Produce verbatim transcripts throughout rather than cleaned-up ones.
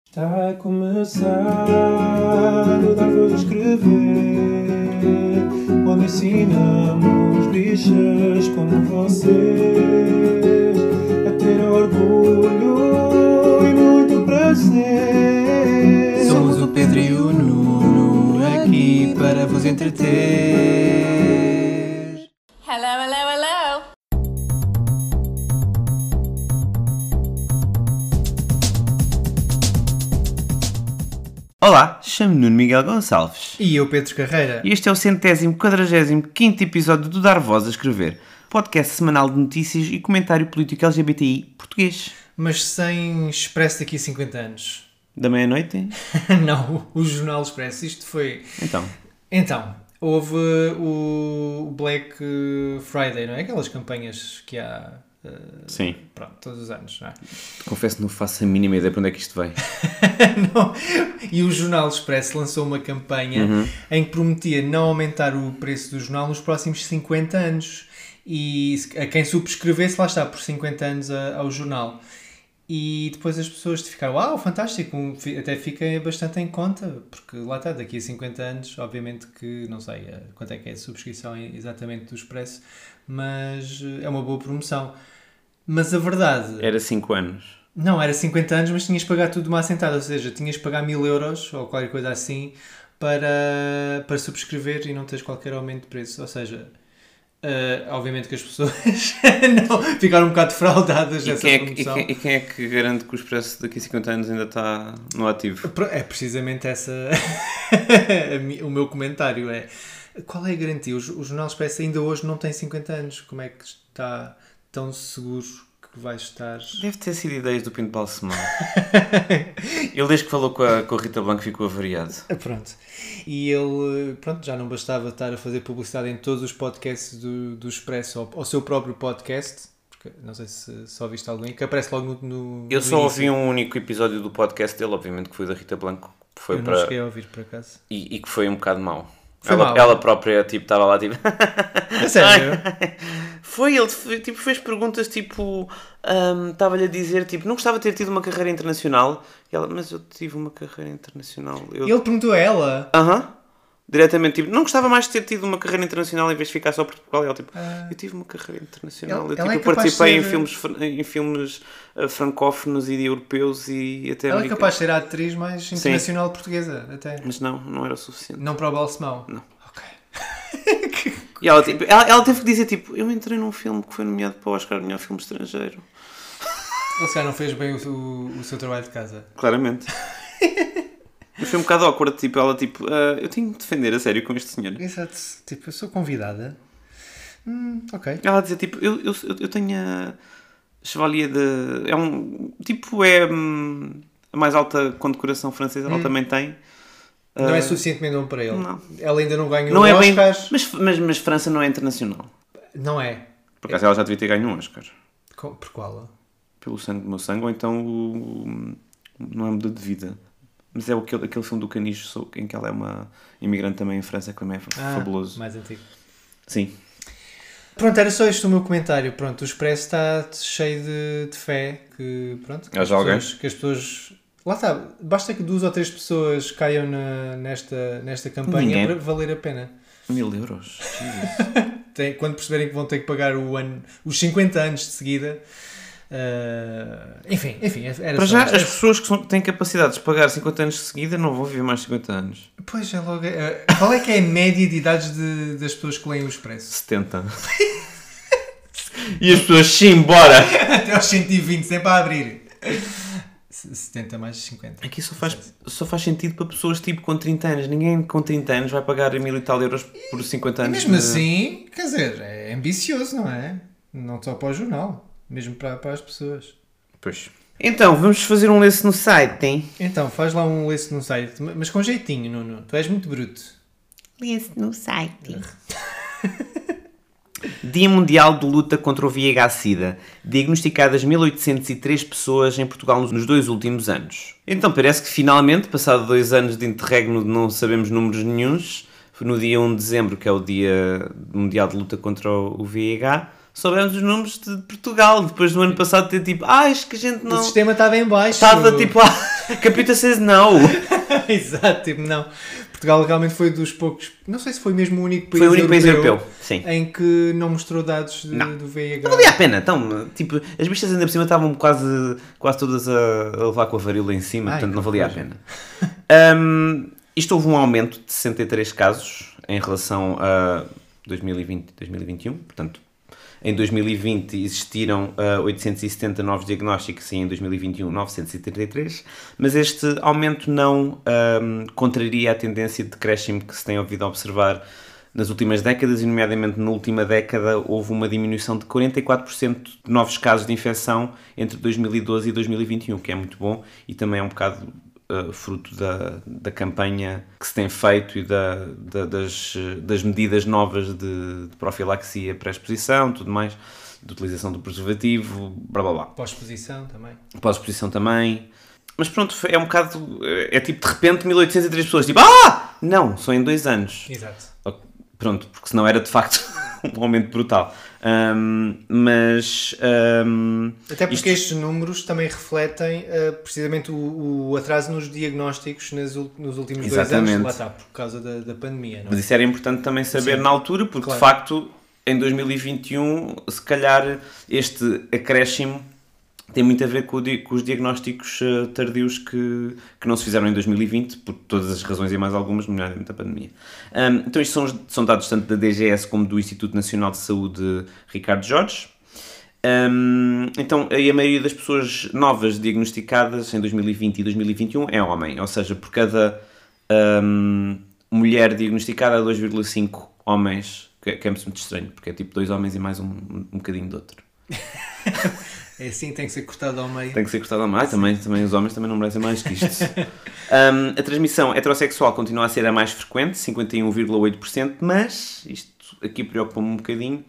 Está a começar o Dar Voz a Escrever, onde ensinamos bichas como vocês a ter orgulho e muito prazer. Somos o Pedro e o Nuno, aqui para vos entreter. Hello, hello, hello! Olá, chamo-me Nuno Miguel Gonçalves E eu, Pedro Carreira. e este é o centésimo quadragésimo quinto episódio do Dar Voz a Escrever, podcast semanal de notícias e comentário político L G B T I português. Mas sem Expresso daqui a cinquenta anos. Da meia-noite? Não, o Jornal Expresso. Isto foi... Então, Então, houve o Black Friday, não é? Aquelas campanhas que há... uh, sim, Pronto, todos os anos, não é? confesso que não faço a mínima ideia para onde é que isto veio. Não. E o Jornal Expresso lançou uma campanha Uhum. em que prometia não aumentar o preço do jornal nos próximos cinquenta anos. E a quem subscrevesse, lá está, por cinquenta anos a- ao jornal. E depois as pessoas ficaram, uau, fantástico, até fica bastante em conta, porque lá está, daqui a cinquenta anos, obviamente que, não sei eh, quanto é que é a subscrição exatamente do Expresso, mas eh, é uma boa promoção. Mas a verdade... Era cinco anos. Não, era cinquenta anos, mas tinhas de pagar tudo de uma assentada, ou seja, tinhas de pagar mil euros ou qualquer coisa assim para, para subscrever e não tens qualquer aumento de preço. Ou seja, uh, obviamente que as pessoas não, ficaram um bocado defraudadas E dessa quem, é que, e, promoção. quem, e quem é que garante que o Expresso daqui a cinquenta anos ainda está no ativo? É precisamente essa a mi- o meu comentário. É qual é a garantia? O, o Jornal Expresso ainda hoje não tem cinquenta anos. Como é que está tão seguro que vai estar? Deve ter sido ideias do Pinto Balsemão. Ele desde que falou com a, com a Rita Blanco ficou avariado. Pronto. E ele, pronto, já não bastava estar a fazer publicidade em todos os podcasts do, do Expresso, ao, ao seu próprio podcast, porque não sei se só viste alguém, que aparece logo no, no Eu no só início. ouvi um único episódio do podcast dele, obviamente que foi da Rita Blanco, que foi Eu não para... cheguei a ouvir, por acaso. E, e que foi um bocado mau. Foi ela, mau? ela própria, tipo, estava lá, tipo... A sério? Foi, ele foi, tipo, fez perguntas, tipo... hum, Estava-lhe a dizer, tipo, não gostava de ter tido uma carreira internacional. E ela, mas eu tive uma carreira internacional. Eu... Ele perguntou a ela. Aham. Diretamente, tipo, não gostava mais de ter tido uma carreira internacional em vez de ficar só por Portugal. E ela, tipo, Ah. eu tive uma carreira internacional. Ela- eu, tipo, ela é eu capaz de participei em ser- filmes, fran- em filmes uh, francófonos e europeus e até Ela é americanos. capaz de ser a atriz mais internacional portuguesa, até. Mas não, não era o suficiente. Não para o Balsemão. Não. Ok. E ela, tipo, ela, ela teve que dizer, tipo, eu entrei num filme que foi nomeado para o Oscar de melhor filme estrangeiro. Ele se calhar não fez bem o, o, o seu trabalho de casa. Claramente. Mas foi um bocado awkward, tipo, ela, tipo, "Ah, eu tenho de defender a sério com este senhor." Exato. Tipo, eu sou convidada. Hum, ok. Ela dizia, tipo, eu, eu, eu tenho a Chevalier de... É um... Tipo, é hum, a mais alta condecoração francesa, ela também tem. Não é Ah, suficientemente bom para ele. não. Ela ainda não ganhou Não é bem... Oscars. Mas, mas, mas França não é internacional. Não é. Por acaso ela já devia ter ganho um Oscar. Co- Por qual? Pelo Sangue do Meu Sangue, ou então o... Não é Muda de Vida. Mas é aquele, aquele filme do Canijo sou- em que ela é uma imigrante também em França, que também é Ah, fabuloso. mais antigo. Sim. Pronto, era só este o meu comentário. Pronto, o Expresso está cheio de, de fé que, pronto, que, as Haja alguém? pessoas, que as pessoas... Lá está, basta que duas ou três pessoas caiam na- nesta, nesta campanha Ninguém. para valer a pena. Mil euros. Jesus. Tem, quando perceberem que vão ter que pagar o ano, os cinquenta anos de seguida... ah, enfim, enfim, era Para só já, isto. as pessoas que são- têm capacidade de pagar cinquenta anos de seguida não vão viver mais cinquenta anos. Pois, é logo... ah, qual é que é a média de idades de- das pessoas que leem o Expresso? setenta. E as pessoas, sim, bora! Até aos cento e vinte, sempre a abrir. setenta mais cinquenta. Aqui só faz, só faz sentido para pessoas tipo com trinta anos. Ninguém com trinta anos vai pagar mil e tal euros por cinquenta E anos. mesmo de- assim, quer dizer, é ambicioso, não é? Não só para o jornal, mesmo para, para as pessoas. Pois. Então, vamos fazer um lance no site, hein? Então, faz lá um lance no site, mas com jeitinho, Nuno. Tu és muito bruto. Lance no site. Dia Mundial de Luta contra o V I H-Sida. Diagnosticadas mil oitocentos e três pessoas em Portugal nos dois últimos anos. Então parece que finalmente, passado dois anos de interregno de não sabemos números nenhuns, no dia um de dezembro, que é o Dia Mundial de Luta contra o V I H, soubemos os números de Portugal, depois do ano passado ter tipo, ah, acho que a gente não... O sistema estava em baixo. Estava tipo, ah, Capita says no. Exato, tipo, não. Portugal realmente foi dos poucos, não sei se foi mesmo o único país Foi o único europeu, país europeu, sim. em que não mostrou dados de, Não. do V I H. Não valia a pena, então, tipo, as bichas ainda por cima estavam quase, quase todas a, a levar com a varíola em cima, Ai, portanto não que valia a coisa. pena. Um, isto houve um aumento de sessenta e três casos em relação a dois mil e vinte e dois mil e vinte e um, portanto, em dois mil e vinte existiram uh, oitocentos e setenta novos diagnósticos e em dois mil e vinte e um novecentos e trinta e três, mas este aumento não um, contraria a tendência de decréscimo que se tem ouvido a observar nas últimas décadas, e nomeadamente na última década houve uma diminuição de quarenta e quatro por cento de novos casos de infecção entre dois mil e doze e dois mil e vinte e um, que é muito bom e também é um bocado uh, fruto da, da campanha que se tem feito e da, da, das, das medidas novas de, de profilaxia pré-exposição, tudo mais, de utilização do preservativo, blá blá blá. Pós-exposição também. Pós-exposição também. Mas pronto, é um bocado... É tipo, de repente, mil oitocentos e três pessoas, tipo, ah! Não, só em dois anos. Exato. Pronto, porque senão era de facto um aumento brutal. Um, mas... Um, Até porque isto... estes números também refletem uh, precisamente o, o atraso nos diagnósticos nas, nos últimos Exatamente. dois anos, lá está, por causa da, da pandemia. Não é? Mas isso era importante também saber Sim. na altura, porque Claro. de facto, em dois mil e vinte e um, se calhar este acréscimo tem muito a ver com, o, com os diagnósticos uh, tardios que, que não se fizeram em dois mil e vinte, por todas as razões e mais algumas, nomeadamente a pandemia. Um, então isto são, são dados tanto da D G S como do Instituto Nacional de Saúde Ricardo Jorge. Um, então aí a maioria das pessoas novas diagnosticadas em dois mil e vinte e dois mil e vinte e um é homem, ou seja, por cada um, mulher diagnosticada há dois vírgula cinco homens, que, que é muito estranho, porque é tipo dois homens e mais um, um bocadinho de outro. É assim, tem que ser cortado ao meio. Tem que ser cortado ao meio. Ah, também, também os homens também não merecem mais que isto. um, a transmissão heterossexual continua a ser a mais frequente, cinquenta e um vírgula oito por cento, mas isto aqui preocupa-me um bocadinho.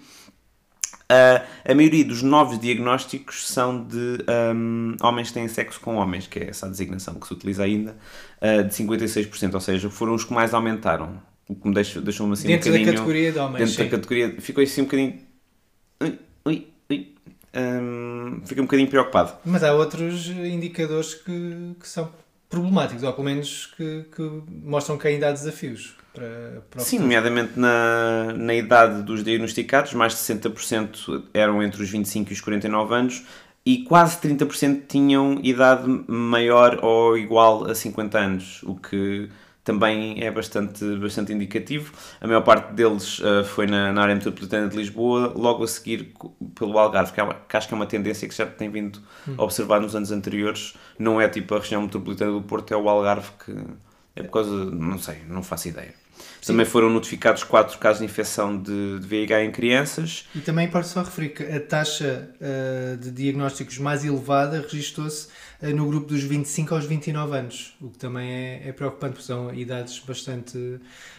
Uh, a maioria dos novos diagnósticos são de um, homens que têm sexo com homens, que é essa a designação que se utiliza ainda, uh, de cinquenta e seis por cento, ou seja, foram os que mais aumentaram. O que me deixou, deixou-me assim Dentro um bocadinho... da categoria de homens, Dentro sim. da categoria, ficou assim um bocadinho... Ui, ui, ui. Um, fiquei um bocadinho preocupado. Mas há outros indicadores que, que são problemáticos, ou pelo menos que, que mostram que ainda há desafios para, para o Sim, futuro. nomeadamente na, na idade dos diagnosticados, mais de sessenta por cento eram entre os vinte e cinco e os quarenta e nove anos e quase trinta por cento tinham idade maior ou igual a cinquenta anos, o que também é bastante, bastante indicativo. A maior parte deles uh, foi na, na área metropolitana de Lisboa, logo a seguir pelo Algarve, que, é uma, que acho que é uma tendência que já tem vindo hum. a observar nos anos anteriores. Não é tipo a região metropolitana do Porto, é o Algarve, que é por causa, não sei, não faço ideia. Sim. Também foram notificados quatro casos de infecção de, de V I H em crianças. E também pode só referir que a taxa uh, de diagnósticos mais elevada registou-se uh, no grupo dos vinte e cinco aos vinte e nove anos, o que também é, é preocupante, porque são idades bastante, uh,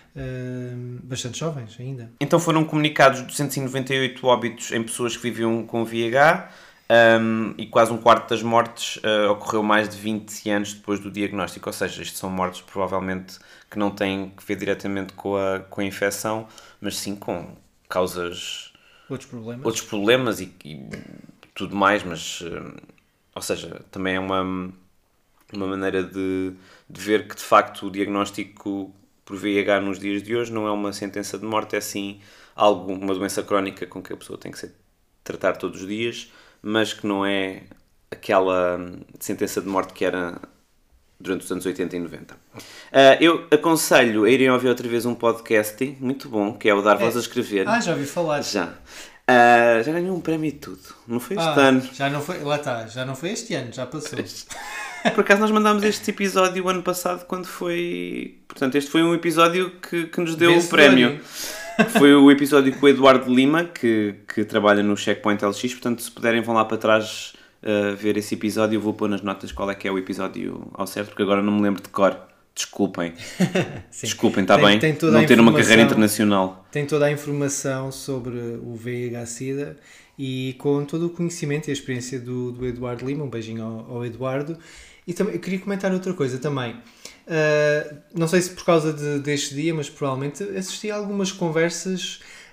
bastante jovens ainda. Então foram comunicados duzentos e noventa e oito óbitos em pessoas que viviam com V I H, um, e quase um quarto das mortes uh, ocorreu mais de vinte anos depois do diagnóstico, ou seja, isto são mortes provavelmente que não têm que ver diretamente com a, com a infecção, mas sim com causas... Outros problemas. Outros problemas e, e tudo mais, mas... Uh, ou seja, também é uma, uma maneira de, de ver que, de facto, o diagnóstico por V I H nos dias de hoje não é uma sentença de morte, é sim algo, uma doença crónica com que a pessoa tem que ser tratar todos os dias, mas que não é aquela sentença de morte que era durante os anos oitenta e noventa. Uh, eu aconselho a irem ouvir outra vez um podcast muito bom, que é o Dar Voz é. a Escrever. Ah, já ouvi falar. Já. Uh, já ganhou um prémio e tudo. Não foi este ah, ano. Já não foi, lá está, já não foi este ano, já passou. Por acaso nós mandámos este episódio o ano passado quando foi... Portanto, este foi um episódio que, que nos deu o prémio. Foi o episódio com o Eduardo Lima, que, que trabalha no Checkpoint L X. Portanto, se puderem vão lá para trás uh, ver esse episódio. Eu vou pôr nas notas qual é que é o episódio ao certo, porque agora não me lembro de cor. Desculpem. Desculpem, está bem? Tem toda não a ter uma informação- carreira internacional. Tem toda a informação sobre o V I H-Sida e com todo o conhecimento e a experiência do, do Eduardo Lima. Um beijinho ao, ao Eduardo. E também, eu queria comentar outra coisa também. Uh, não sei se por causa de, deste dia, mas provavelmente assisti a algumas conversas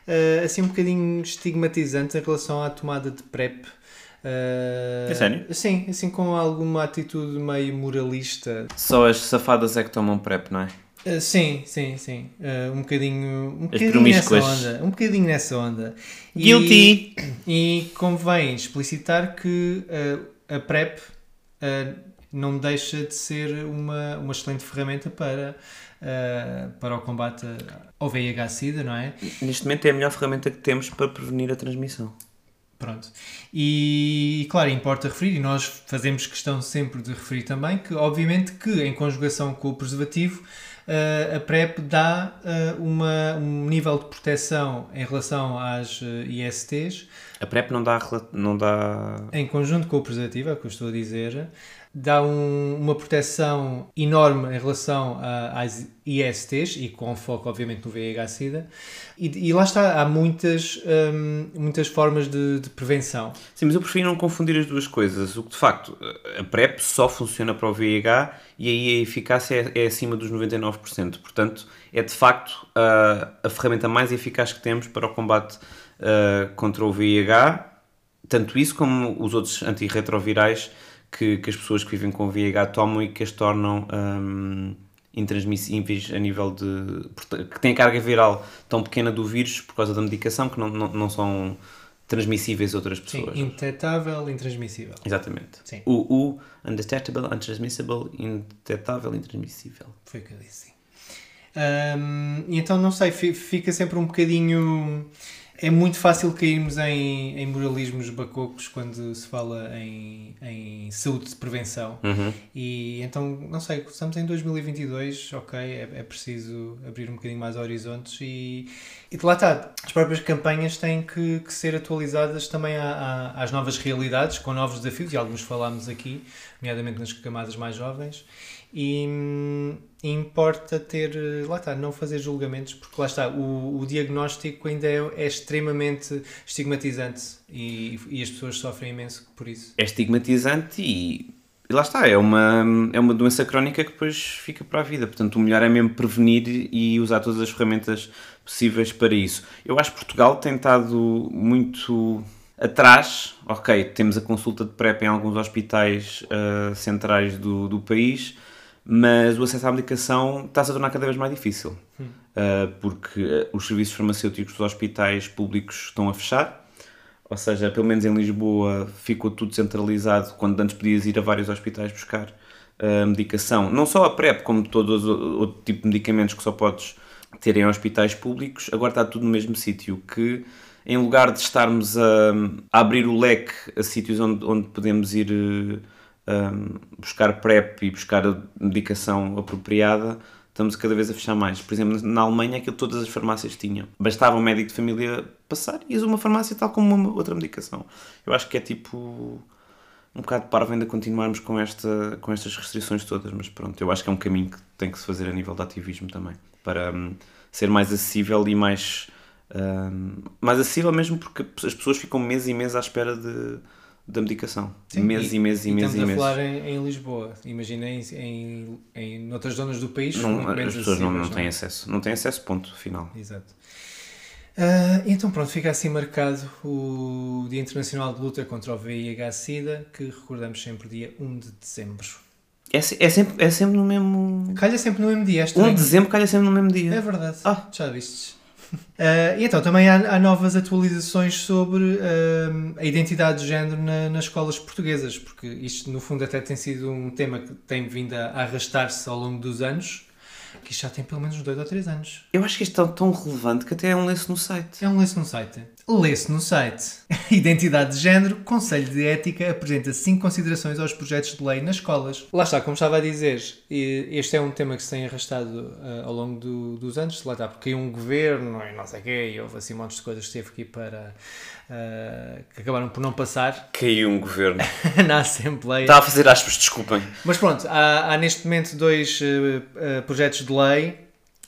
uh, assim um bocadinho estigmatizantes em relação à tomada de PrEP. Uh, é sério? Sim, assim com alguma atitude meio moralista. Só as safadas é que tomam PrEP, não é? Uh, sim, sim, sim. Uh, um bocadinho, um As bocadinho nessa promíscuas. onda. Um bocadinho nessa onda. E- Guilty! E convém explicitar que uh, a PrEP uh, não deixa de ser uma, uma excelente ferramenta para, uh, para o combate ao V I H SIDA, não é? Neste momento é a melhor ferramenta que temos para prevenir a transmissão. Pronto. E, claro, importa referir, e nós fazemos questão sempre de referir também, que obviamente que em conjugação com o preservativo, uh, a PrEP dá uh, uma, um nível de proteção em relação às uh, I S Ts. A PrEP não dá... Não dá... Em conjunto com o preservativo, é o que eu estou a dizer, dá um, uma proteção enorme em relação a, às I S Ts e com foco, obviamente, no V I H SIDA. E, e lá está, há muitas, hum, muitas formas de, de prevenção. Sim, mas eu prefiro não confundir as duas coisas. O que, de facto, a PrEP só funciona para o V I H e aí a eficácia é, é acima dos noventa e nove por cento. Portanto, é, de facto, a, a ferramenta mais eficaz que temos para o combate uh, contra o V I H. Tanto isso como os outros antirretrovirais que, que as pessoas que vivem com V I H tomam e que as tornam um, intransmissíveis a nível de... que têm a carga viral tão pequena do vírus por causa da medicação que não, não, não são transmissíveis a outras pessoas. Sim, indetetável, intransmissível. Exatamente. Sim. O U, undetectable, untransmissible, indetetável, intransmissível. Foi o que eu disse, sim. Um, e então, não sei, fica sempre um bocadinho... É muito fácil cairmos em, em moralismos bacocos quando se fala em, em saúde de prevenção. Uhum. E então, não sei, estamos em dois mil e vinte e dois, ok, é, é preciso abrir um bocadinho mais horizontes e, e lá está, as próprias campanhas têm que, que ser atualizadas também à, à, às novas realidades, com novos desafios, e alguns falámos aqui, nomeadamente nas camadas mais jovens. E hum, importa ter, lá está, não fazer julgamentos, porque lá está, o, o diagnóstico ainda é, é extremamente estigmatizante e, e as pessoas sofrem imenso por isso. É estigmatizante e, e lá está, é uma, é uma doença crónica que depois fica para a vida. Portanto, o melhor é mesmo prevenir e usar todas as ferramentas possíveis para isso. Eu acho que Portugal tem estado muito atrás. Ok, temos a consulta de PrEP em alguns hospitais uh, centrais do, do país, mas o acesso à medicação está-se a tornar cada vez mais difícil, hum. uh, porque uh, os serviços farmacêuticos dos hospitais públicos estão a fechar, ou seja, pelo menos em Lisboa ficou tudo centralizado, quando antes podias ir a vários hospitais buscar uh, medicação, não só a PrEP, como todos os outro tipo de medicamentos que só podes ter em hospitais públicos, agora está tudo no mesmo sítio, que em lugar de estarmos a, a abrir o leque a sítios onde, onde podemos ir um, buscar PrEP e buscar a medicação apropriada, estamos cada vez a fechar mais. Por exemplo, na Alemanha aquilo todas as farmácias tinham. Bastava um médico de família passar e ia a uma farmácia tal como uma outra medicação. Eu acho que é tipo um bocado parvo ainda continuarmos com, esta, com estas restrições todas, mas pronto, eu acho que é um caminho que tem que se fazer a nível de ativismo também, para um, ser mais acessível e mais... Um, mais acessível mesmo porque as pessoas ficam meses e meses à espera de, da medicação. Sim, meses e, e meses e, e meses e meses. Estamos a falar em, em Lisboa. Imaginem em, em, em outras zonas do país. Não, muito menos as pessoas não, não, não têm acesso. Não têm acesso, ponto final. Exato. Uh, então pronto, fica assim marcado o Dia Internacional de Luta contra o V I H SIDA, que recordamos sempre dia um de dezembro. É, é, sempre, é sempre no mesmo... Calha sempre no mesmo dia. um de dezembro calha sempre no mesmo dia. É verdade. Ah. Já vistes. Uh, e então também há, há novas atualizações sobre uh, a identidade de género na, nas escolas portuguesas, porque isto no fundo até tem sido um tema que tem vindo a arrastar-se ao longo dos anos, que isto já tem pelo menos dois ou três anos. Eu acho que isto é tão relevante que até é um lenço no site. É um lenço no site. Lê-se no site. Identidade de género, Conselho de Ética apresenta cinco considerações aos projetos de lei nas escolas. Lá está, como estava a dizer, este é um tema que se tem arrastado uh, ao longo do, dos anos. Lá está, porque caiu um governo e não sei o quê, e houve assim montes de coisas que esteve aqui para... Uh, que acabaram por não passar. Caiu um governo. Na Assembleia. Está a fazer aspas, desculpem. Mas pronto, há, há neste momento dois uh, uh, projetos de lei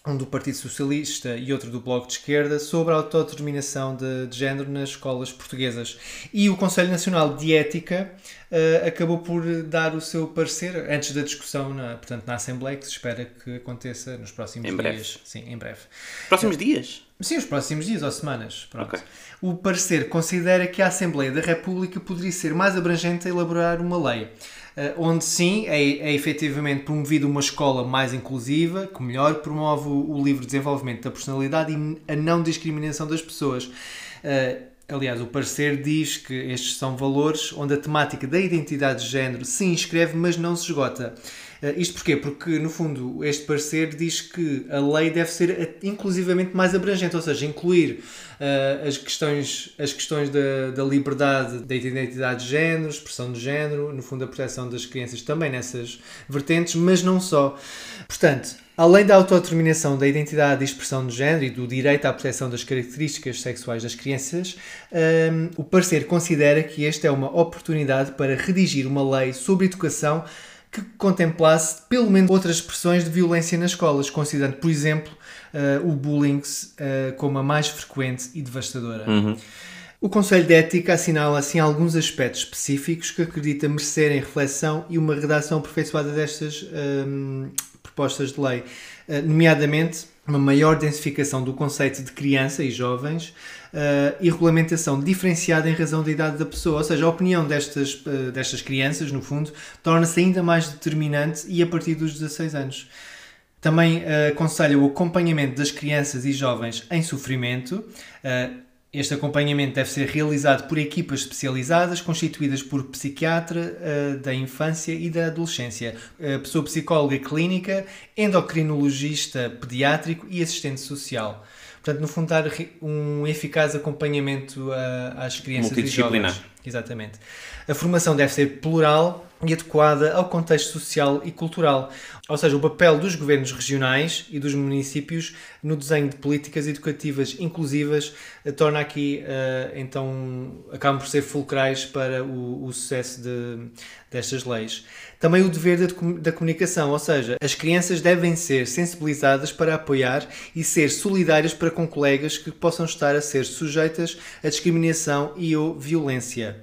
um do Partido Socialista e outro do Bloco de Esquerda, sobre a autodeterminação de, de género nas escolas portuguesas. E o Conselho Nacional de Ética uh, acabou por dar o seu parecer antes da discussão, na, portanto, na Assembleia, que se espera que aconteça nos próximos Em dias. breve. Sim, em breve. Próximos dias? Sim, os próximos dias ou semanas. Pronto. Ok. O parecer considera que a Assembleia da República poderia ser mais abrangente a elaborar uma lei, Uh, onde sim é, é efetivamente promovida uma escola mais inclusiva, que melhor promove o, o livre desenvolvimento da personalidade e a não discriminação das pessoas. Uh, aliás, o parecer diz que estes são valores onde a temática da identidade de género se inscreve, mas não se esgota. Uh, isto porquê? Porque, no fundo, este parecer diz que a lei deve ser inclusivamente mais abrangente, ou seja, incluir uh, as questões, as questões da, da liberdade, da identidade de género, expressão de género, no fundo, a proteção das crianças também nessas vertentes, mas não só. Portanto, além da autodeterminação da identidade e expressão de género e do direito à proteção das características sexuais das crianças, um, o parecer considera que esta é uma oportunidade para redigir uma lei sobre educação que contemplasse pelo menos outras expressões de violência nas escolas, considerando, por exemplo, uh, o bullying uh, como a mais frequente e devastadora. Uhum. O Conselho de Ética assinala assim alguns aspectos específicos que acredita merecerem reflexão e uma redação aperfeiçoada destas um, propostas de lei, uh, nomeadamente uma maior densificação do conceito de criança e jovens uh, e regulamentação diferenciada em razão da idade da pessoa, ou seja, a opinião destas, uh, destas crianças, no fundo, torna-se ainda mais determinante e a partir dos dezasseis anos. Também uh, aconselha o acompanhamento das crianças e jovens em sofrimento. Uh, Este acompanhamento deve ser realizado por equipas especializadas, constituídas por psiquiatra uh, da infância e da adolescência, uh, pessoa psicóloga clínica, endocrinologista pediátrico e assistente social. Portanto, no fundo, dar um eficaz acompanhamento uh, às crianças e jovens. Exatamente. A formação deve ser plural e adequada ao contexto social e cultural. Ou seja, o papel dos governos regionais e dos municípios no desenho de políticas educativas inclusivas uh, torna aqui, uh, então, acabam por ser fulcrais para o, o sucesso de, destas leis. Também o dever da, da comunicação, ou seja, as crianças devem ser sensibilizadas para apoiar e ser solidárias para com colegas que possam estar a ser sujeitas a discriminação e ou violência.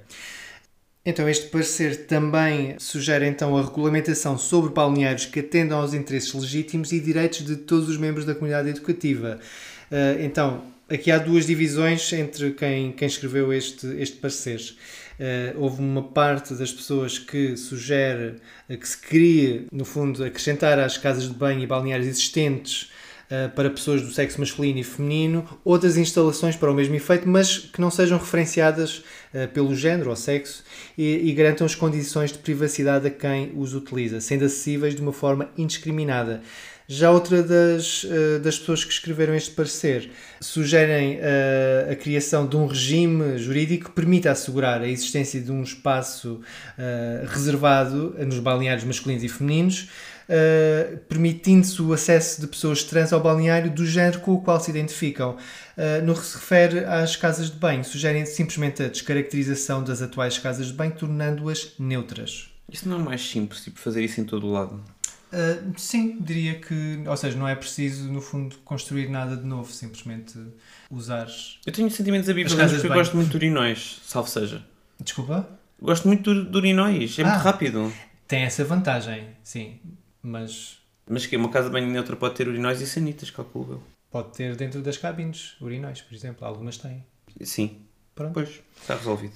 Então, este parecer também sugere então a regulamentação sobre balneários que atendam aos interesses legítimos e direitos de todos os membros da comunidade educativa. Uh, então, aqui há duas divisões entre quem, quem escreveu este, este parecer. Uh, houve uma parte das pessoas que sugere uh, que se crie, no fundo, acrescentar às casas de banho e balneários existentes Uh, para pessoas do sexo masculino e feminino, outras instalações para o mesmo efeito, mas que não sejam referenciadas uh, pelo género ou sexo e, e garantam as condições de privacidade a quem os utiliza, sendo acessíveis de uma forma indiscriminada. Já outra das, uh, das pessoas que escreveram este parecer sugerem uh, a criação de um regime jurídico que permita assegurar a existência de um espaço uh, reservado nos balneários masculinos e femininos, Uh, permitindo-se o acesso de pessoas trans ao balneário do género com o qual se identificam. Uh, no que se refere às casas de banho, sugerem simplesmente a descaracterização das atuais casas de banho, tornando-as neutras. Isso não é mais simples, tipo, fazer isso em todo o lado? Uh, sim, diria que... Ou seja, não é preciso, no fundo, construir nada de novo, simplesmente usar... Eu tenho sentimentos ambivalentes porque eu gosto muito de urinóis, salvo seja. Desculpa? Gosto muito de urinóis, é ah, muito rápido. Tem essa vantagem, sim. Mas... Mas que uma casa de banho neutra pode ter urinóis e sanitas, calculo eu. Pode ter dentro das cabines urinóis, por exemplo. Algumas têm. Sim. Pronto. Pois, está resolvido.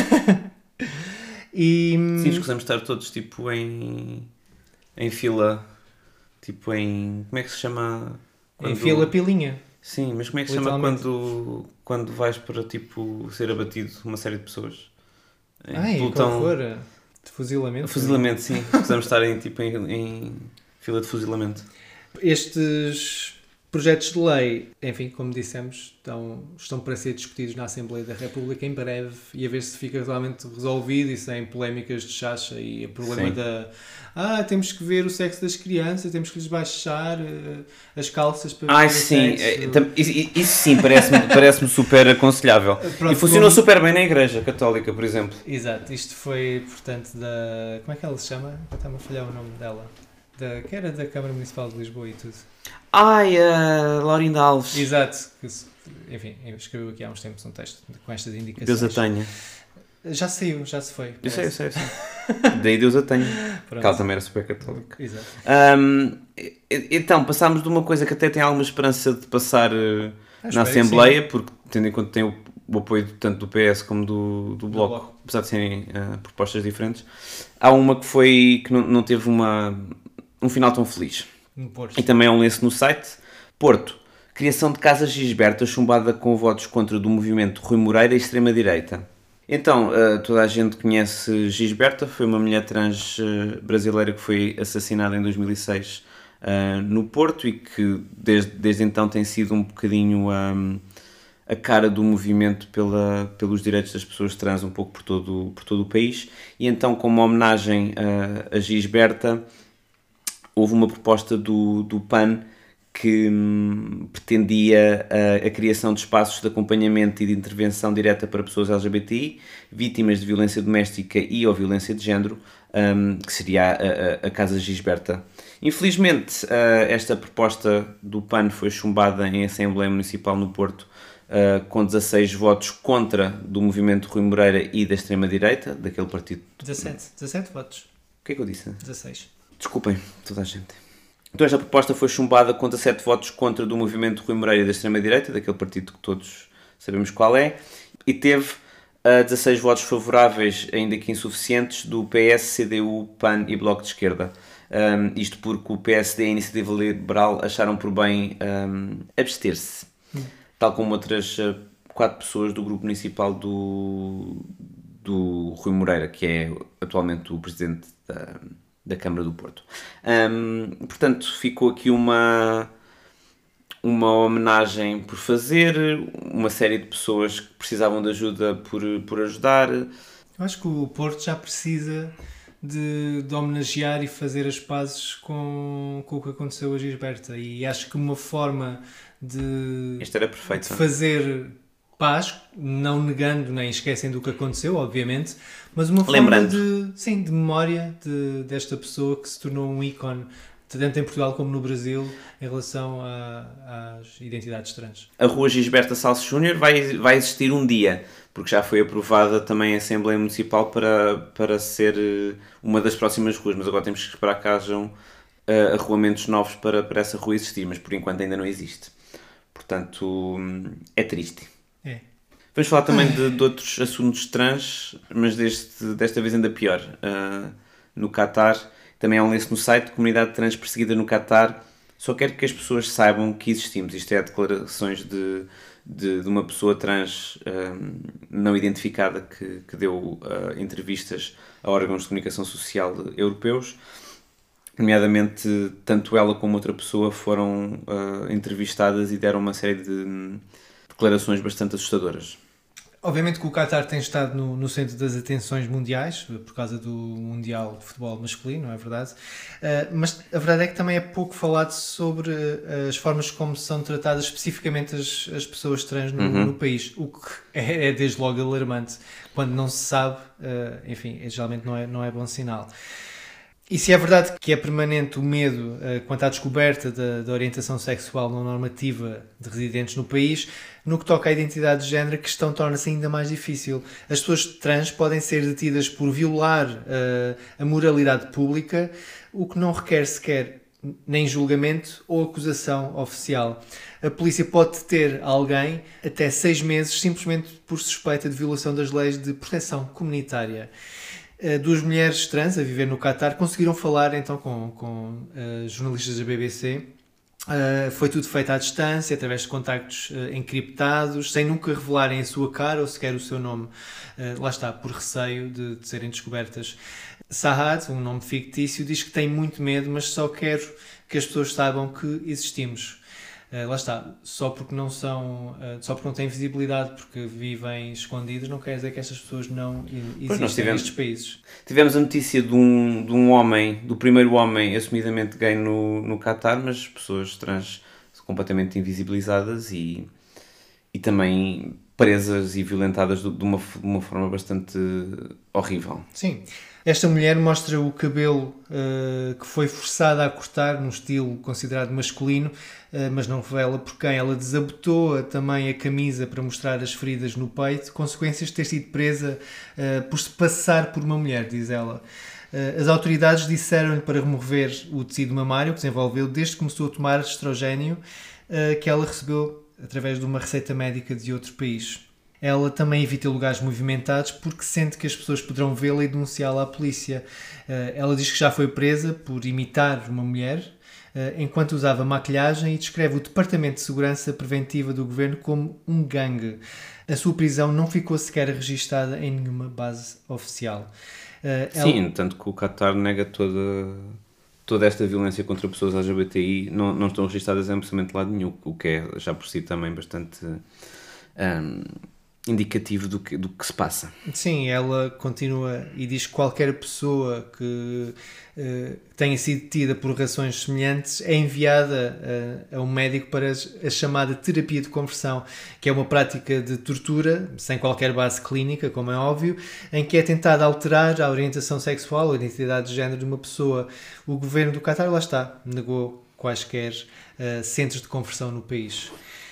e... Sim, escusamos estar todos tipo em... em fila. Tipo em... Como é que se chama? Quando... Em fila pilinha. Sim, mas como é que se chama quando, quando vais para tipo ser abatido uma série de pessoas? Ai, pelotão... qual for... De fuzilamento? Fuzilamento, sim. Precisamos estar em, tipo, em, em fila de fuzilamento. Estes projetos de lei, enfim, como dissemos, estão, estão para ser discutidos na Assembleia da República em breve e a ver se fica realmente resolvido e sem polémicas de chacha e o problema sim. da... Ah, temos que ver o sexo das crianças, temos que lhes baixar uh, as calças para ver ah, o sim. sexo. É, isso, isso sim, parece-me, parece-me super aconselhável. Pronto, e funcionou como... super bem na Igreja Católica, por exemplo. Exato. Isto foi, portanto, da... Como é que ela se chama? Eu estava a falhar o nome dela. da, que era da Câmara Municipal de Lisboa e tudo. Ai, a Laurinda Alves. Exato. Que, enfim, escreveu aqui há uns tempos um texto com estas indicações. Deus a tenha. Já saiu, já se foi. Eu sei, eu sei, eu sei. Daí Deus a tenha. Porque ela também era super católica. Exato. Um, então, passámos de uma coisa que até tem alguma esperança de passar uh, na Assembleia, porque tendo em conta que tem o, o apoio tanto do P S como do, do, Bloco, do Bloco, apesar de serem uh, propostas diferentes, há uma que foi que não, não teve uma, um final tão feliz. No Porto. E também é um lenço no site. Porto. Criação de Casa Gisberta chumbada com votos contra do movimento Rui Moreira e extrema-direita. Então, uh, toda a gente conhece Gisberta, foi uma mulher trans uh, brasileira que foi assassinada em dois mil e seis uh, no Porto e que desde, desde então tem sido um bocadinho um, a cara do movimento pela, pelos direitos das pessoas trans um pouco por todo, por todo o país. E então, como homenagem uh, a Gisberta, houve uma proposta do, do P A N que hum, pretendia a, a criação de espaços de acompanhamento e de intervenção direta para pessoas L G B T I, vítimas de violência doméstica e ou violência de género, um, que seria a, a, a Casa Gisberta. Infelizmente, uh, esta proposta do P A N foi chumbada em Assembleia Municipal no Porto, uh, com dezasseis votos contra do movimento Rui Moreira e da extrema-direita, daquele partido... dezassete, dezassete votos. O que é que eu disse? dezasseis. Desculpem, toda a gente. Então esta proposta foi chumbada com dezassete votos contra do movimento Rui Moreira da extrema-direita, daquele partido que todos sabemos qual é, e teve uh, dezasseis votos favoráveis, ainda que insuficientes, do P S, C D U, P A N e Bloco de Esquerda. Um, isto porque o P S D e a Iniciativa Liberal acharam por bem um, abster-se, hum. tal como outras uh, quatro pessoas do grupo municipal do, do Rui Moreira, que é atualmente o presidente da... da Câmara do Porto. Um, portanto, ficou aqui uma, uma homenagem por fazer, uma série de pessoas que precisavam de ajuda por, por ajudar. Eu acho que o Porto já precisa de, de homenagear e fazer as pazes com, com o que aconteceu a Gisberta, e acho que uma forma de, Esta era perfeita. de fazer paz, não negando nem esquecendo o que aconteceu, obviamente, mas uma forma Lembrando. de, sim, de memória de, desta pessoa que se tornou um ícone, tanto em Portugal como no Brasil, em relação a, às identidades trans. A Rua Gisberta Salles Júnior vai, vai existir um dia, porque já foi aprovada também a Assembleia Municipal para, para ser uma das próximas ruas, mas agora temos que esperar que hajam uh, arruamentos novos para, para essa rua existir, mas por enquanto ainda não existe. Portanto, é triste. É. Vamos falar também de, de outros assuntos trans, mas deste, desta vez ainda pior. Uh, no Qatar, também há um lenço no site, Comunidade Trans Perseguida no Qatar, só quero que as pessoas saibam que existimos. Isto é declarações de, de, de uma pessoa trans uh, não identificada que, que deu uh, entrevistas a órgãos de comunicação social europeus. Nomeadamente, tanto ela como outra pessoa foram uh, entrevistadas e deram uma série de declarações bastante assustadoras. Obviamente que o Qatar tem estado no, no centro das atenções mundiais, por causa do Mundial de Futebol Masculino, não é verdade? Uh, mas a verdade é que também é pouco falado sobre uh, as formas como são tratadas especificamente as, as pessoas trans no, uhum. no país, o que é, é desde logo alarmante. Quando não se sabe, uh, enfim, geralmente não é, não é bom sinal. E se é verdade que é permanente o medo uh, quanto à descoberta da, da orientação sexual não normativa de residentes no país, no que toca à identidade de género, a questão torna-se ainda mais difícil. As pessoas trans podem ser detidas por violar uh, a moralidade pública, o que não requer sequer nem julgamento ou acusação oficial. A polícia pode deter alguém até seis meses simplesmente por suspeita de violação das leis de proteção comunitária. Duas mulheres trans a viver no Qatar conseguiram falar então com, com uh, jornalistas da B B C. Uh, foi tudo feito à distância, através de contactos uh, encriptados, sem nunca revelarem a sua cara ou sequer o seu nome. Uh, lá está, por receio de, de serem descobertas. Sahad, um nome fictício, diz que tem muito medo, mas só quer que as pessoas saibam que existimos. Uh, lá está, só porque não são, uh, só porque não têm visibilidade, porque vivem escondidos, não quer dizer que estas pessoas não existem tivemos, nestes países. Tivemos a notícia de um, de um homem, do primeiro homem assumidamente gay no, no Qatar, mas pessoas trans completamente invisibilizadas e, e também presas e violentadas de, de, uma, de uma forma bastante horrível. Sim. Esta mulher mostra o cabelo uh, que foi forçada a cortar num estilo considerado masculino, uh, mas não revela por quem. Ela desabotou também a camisa para mostrar as feridas no peito, consequências de ter sido presa uh, por se passar por uma mulher, diz ela. Uh, as autoridades disseram-lhe para remover o tecido mamário que desenvolveu desde que começou a tomar estrogénio, uh, que ela recebeu através de uma receita médica de outro país. Ela também evita lugares movimentados porque sente que as pessoas poderão vê-la e denunciá-la à polícia. Ela diz que já foi presa por imitar uma mulher enquanto usava maquilhagem e descreve o Departamento de Segurança Preventiva do Governo como um gangue. A sua prisão não ficou sequer registada em nenhuma base oficial. Sim, ela... tanto que o Qatar nega toda, toda esta violência contra pessoas L G B T I, não, não estão registadas em absolutamente lado nenhum, o que é já por si também bastante... Um... indicativo do que, do que se passa. Sim, ela continua e diz que qualquer pessoa que uh, tenha sido tida por razões semelhantes é enviada uh, a um médico para a chamada terapia de conversão, que é uma prática de tortura, sem qualquer base clínica, como é óbvio, em que é tentado alterar a orientação sexual ou a identidade de género de uma pessoa. O governo do Qatar, lá está, negou quaisquer uh, centros de conversão no país.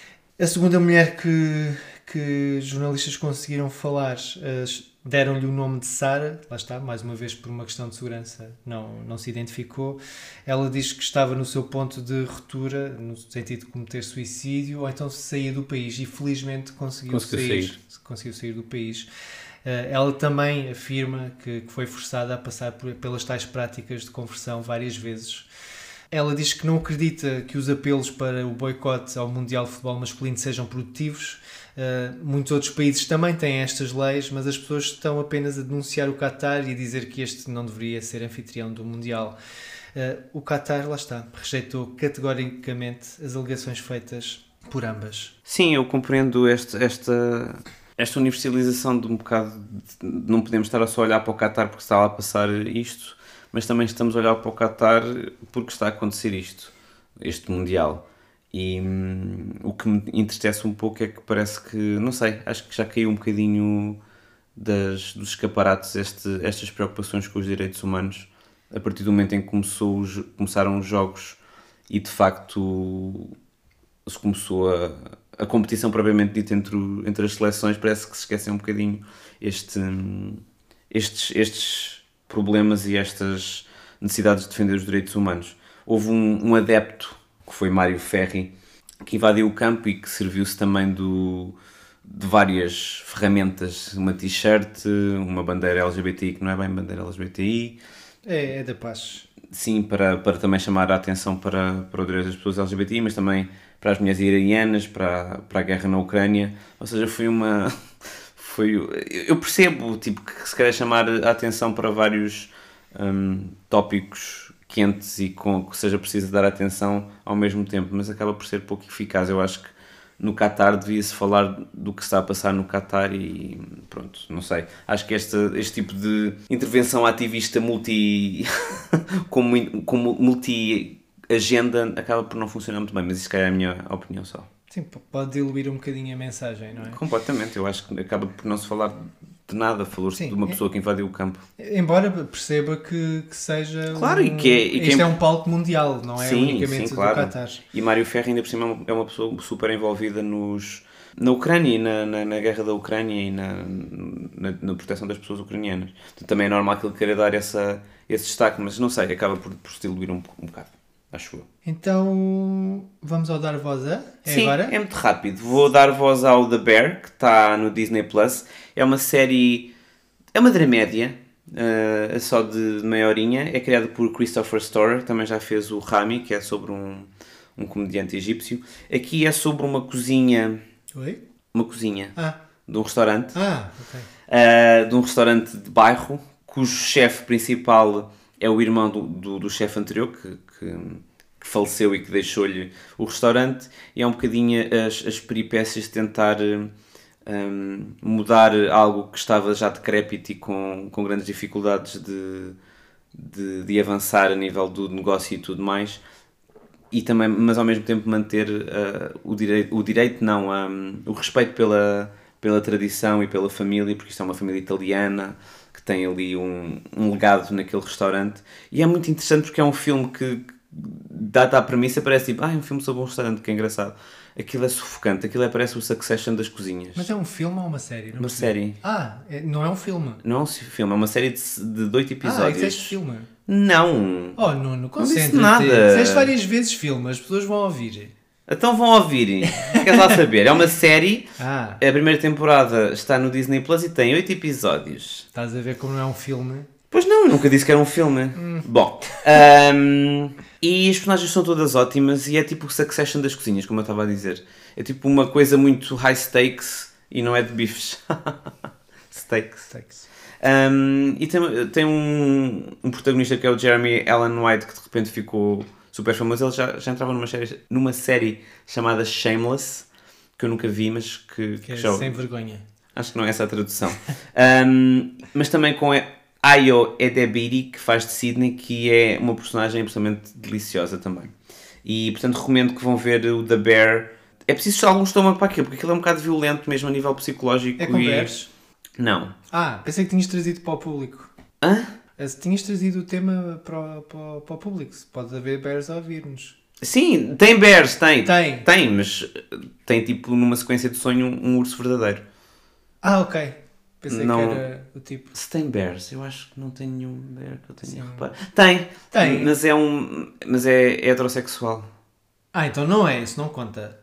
A segunda mulher que, que jornalistas conseguiram falar, uh, deram-lhe o nome de Sara, lá está, mais uma vez por uma questão de segurança, não, não se identificou. Ela diz que estava no seu ponto de ruptura, no sentido de cometer suicídio, ou então saía do país, e felizmente conseguiu, conseguiu sair, sair. conseguiu sair do país. Uh, ela também afirma que, que foi forçada a passar por, pelas tais práticas de conversão várias vezes. Ela diz que não acredita que os apelos para o boicote ao Mundial de Futebol Masculino sejam produtivos. Uh, muitos outros países também têm estas leis, mas as pessoas estão apenas a denunciar o Qatar e a dizer que este não deveria ser anfitrião do Mundial. Uh, o Qatar, lá está, rejeitou categoricamente as alegações feitas por ambas. Sim, eu compreendo este, esta, esta universalização de um bocado... De, não podemos estar a só olhar para o Qatar porque está lá a passar isto, mas também estamos a olhar para o Qatar porque está a acontecer isto, este Mundial. E hum, o que me entristece um pouco é que parece que, não sei, acho que já caiu um bocadinho das, dos escaparates este, estas preocupações com os direitos humanos, a partir do momento em que começou os, começaram os jogos e de facto se começou a, a competição propriamente dita entre, entre as seleções, parece que se esquecem um bocadinho este, estes... estes problemas e estas necessidades de defender os direitos humanos. Houve um, um adepto, que foi Mário Ferri, que invadiu o campo e que serviu-se também do, de várias ferramentas, uma t-shirt, uma bandeira L G B T I, que não é bem bandeira L G B T I. É, é da paz. Sim, para, para também chamar a atenção para, para o direito das pessoas L G B T I, mas também para as mulheres iranianas, para, para a guerra na Ucrânia. Ou seja, foi uma... Foi, eu percebo tipo, que se quer chamar a atenção para vários um, tópicos quentes e com que seja preciso dar atenção ao mesmo tempo, mas acaba por ser pouco eficaz. Eu acho que no Qatar devia-se falar do que está a passar no Qatar e pronto, não sei. Acho que este, este tipo de intervenção ativista multi como, como multi-agenda acaba por não funcionar muito bem, mas isso é a minha opinião só. Sim, pode diluir um bocadinho a mensagem, não é? Completamente, eu acho que acaba por não se falar de nada, falou-se de uma pessoa que invadiu o campo. Embora perceba que, que seja... Claro, um... e que é... E Isto que é um palco mundial, não é sim, unicamente sim, claro. do Qatar. E Mário Ferri ainda por cima é uma pessoa super envolvida nos, na Ucrânia e na, na, na guerra da Ucrânia e na, na, na proteção das pessoas ucranianas. Então, também é normal que ele queira dar essa, esse destaque, mas não sei, acaba por, por se diluir um, um bocado. Acho eu. Então, vamos ao Dar Voz a? É Sim, agora? é muito rápido. Vou dar voz ao The Bear, que está no Disney Plus. É uma série... É uma dramédia, uh, só de meia horinha. É criada por Christopher Storer, também já fez o Rami, que é sobre um, um comediante egípcio. Aqui é sobre uma cozinha... Oi? Uma cozinha Ah. de um restaurante. Ah, ok. Uh, de um restaurante de bairro, cujo chefe principal... é o irmão do, do, do chefe anterior, que, que, que faleceu e que deixou-lhe o restaurante, e é um bocadinho as, as peripécias de tentar um, mudar algo que estava já decrépito e com, com grandes dificuldades de, de, de avançar a nível do negócio e tudo mais, e também, mas ao mesmo tempo manter uh, o direito, o direito não, um, o respeito pela, pela tradição e pela família, porque isto é uma família italiana que tem ali um, um legado naquele restaurante. E é muito interessante porque é um filme que, dada a premissa, parece tipo, ah, é um filme sobre um restaurante, que é engraçado. Aquilo é sufocante, aquilo é, parece o Succession das cozinhas. Mas é um filme ou uma série? Não Uma percebi. série. Ah, é- não é um filme. Não é um filme, é uma série de, de oito Ah, episódios. disseste filme. Não! Oh, Nuno, disse concentra-te. nada. Disseste várias vezes filme, as pessoas vão ouvir. Então vão ouvir. Queres lá saber? É uma série. Ah, A primeira temporada está no Disney Plus e tem oito episódios. estás a ver como não é um filme? Pois não, nunca disse que era um filme. Bom, ahm, e as personagens são todas ótimas e é tipo o Succession das cozinhas, como eu estava a dizer. É tipo uma coisa muito high stakes e não é de bifes. Steaks. Steaks. Um, e tem, tem um, um protagonista que é o Jeremy Allen White, que de repente ficou super famoso. Ele já, já entrava numa série, numa série chamada Shameless, que eu nunca vi, mas que, Que é já... sem vergonha. Acho que não é essa a tradução. Um, mas também com a Ayo Edebiri, que faz de Sydney, que é uma personagem absolutamente deliciosa também. E, portanto, recomendo que vão ver o The Bear. É preciso só algum estômago para aquilo, porque aquilo é um bocado violento mesmo a nível psicológico. É com e... bears? Não. Ah, pensei que tinhas trazido para o público. Hã? Eh, Tinhas trazido o tema para, o- para, o- para o público. Pode haver bears a ouvir-nos. Sim, tem bears, tem. Tem. Tem, mas tem tipo numa sequência de sonho um, um urso verdadeiro. Ah, ok. Pensei Não. que era o tipo. Se tem bears, eu acho que não tem nenhum bear que eu tenha Sim. reparado. Tem. Tem. Mas é um. Mas é heterossexual. Ah, então não é, isso não conta.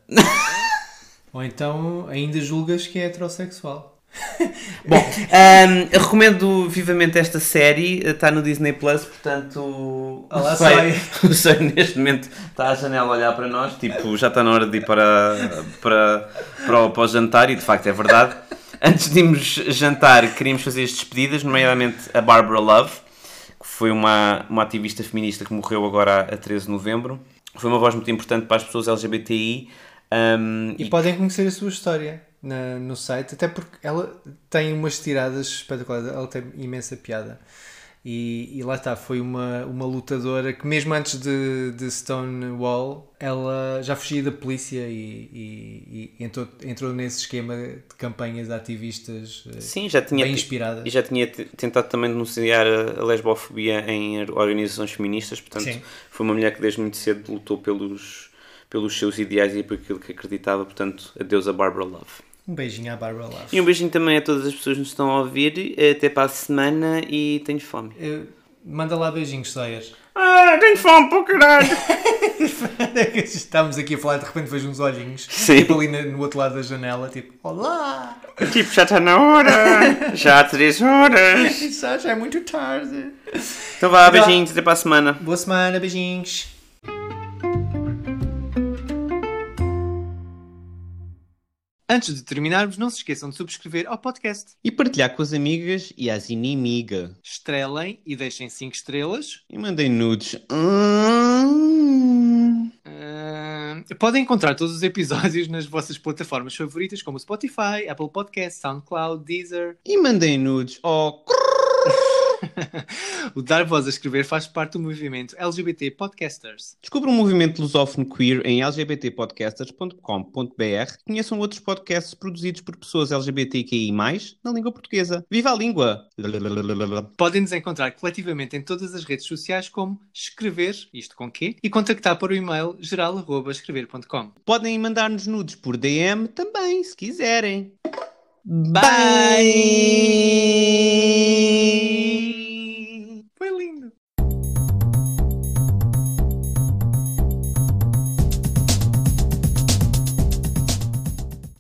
Ou então ainda julgas que é heterossexual. Bom, hum, eu recomendo vivamente esta série, está no Disney Plus, portanto Olá, o Sei- o Sei neste momento está à janela a olhar para nós, tipo, já está na hora de ir para, para, para, o, para o jantar, e de facto é verdade. Antes de irmos jantar, queríamos fazer as despedidas, nomeadamente a Barbara Love, que foi uma, uma ativista feminista que morreu agora a treze de novembro. Foi uma voz muito importante para as pessoas L G B T I. hum, E podem conhecer a sua história na- no site, até porque ela tem umas tiradas espetaculares, ela tem imensa piada. E, e lá está, foi uma, uma lutadora que mesmo antes de, de Stonewall, ela já fugia da polícia e, e- e entrou, entrou nesse esquema de campanhas ativistas eh, Sim, já tinha, bem ti- inspiradas. e já tinha t- tentado também denunciar a, a lesbofobia em organizações feministas, portanto Sim. foi uma mulher que desde muito cedo lutou pelos, pelos seus ideais e por aquilo que acreditava, portanto adeus a Barbara Love. Um beijinho à Barbara Love. E um beijinho também a todas as pessoas que nos estão a ouvir, até para a semana e tenho fome. Eh, manda lá beijinhos, Sayer. Ah, tenho fome para o caralho! Estamos aqui a falar, de repente vejo uns olhinhos, Sim. tipo ali na- no outro lado da janela, tipo, olá! Tipo, já está na hora, já há três horas. Isso já é muito tarde. Então vá, beijinhos, até para a semana. Boa semana, beijinhos. Antes de terminarmos, não se esqueçam de subscrever ao podcast. E partilhar com as amigas e as inimigas. Estrelem e deixem cinco estrelas. E mandem nudes. Hum. Ah, podem encontrar todos os episódios nas vossas plataformas favoritas, como Spotify, Apple Podcasts, SoundCloud, Deezer. E mandem nudes. Oh, O Dar Voz a Escrever faz parte do movimento L G B T Podcasters. descubra um movimento lusófono queer em l g b t podcasters ponto com ponto b r. Conheçam outros podcasts produzidos por pessoas L G B T Q I mais, na língua portuguesa. Viva a língua! Podem nos encontrar coletivamente em todas as redes sociais como Escrever, isto com quê, e contactar para o e-mail geral arroba escrever ponto com. Podem mandar-nos nudes por D M também, se quiserem. Bye!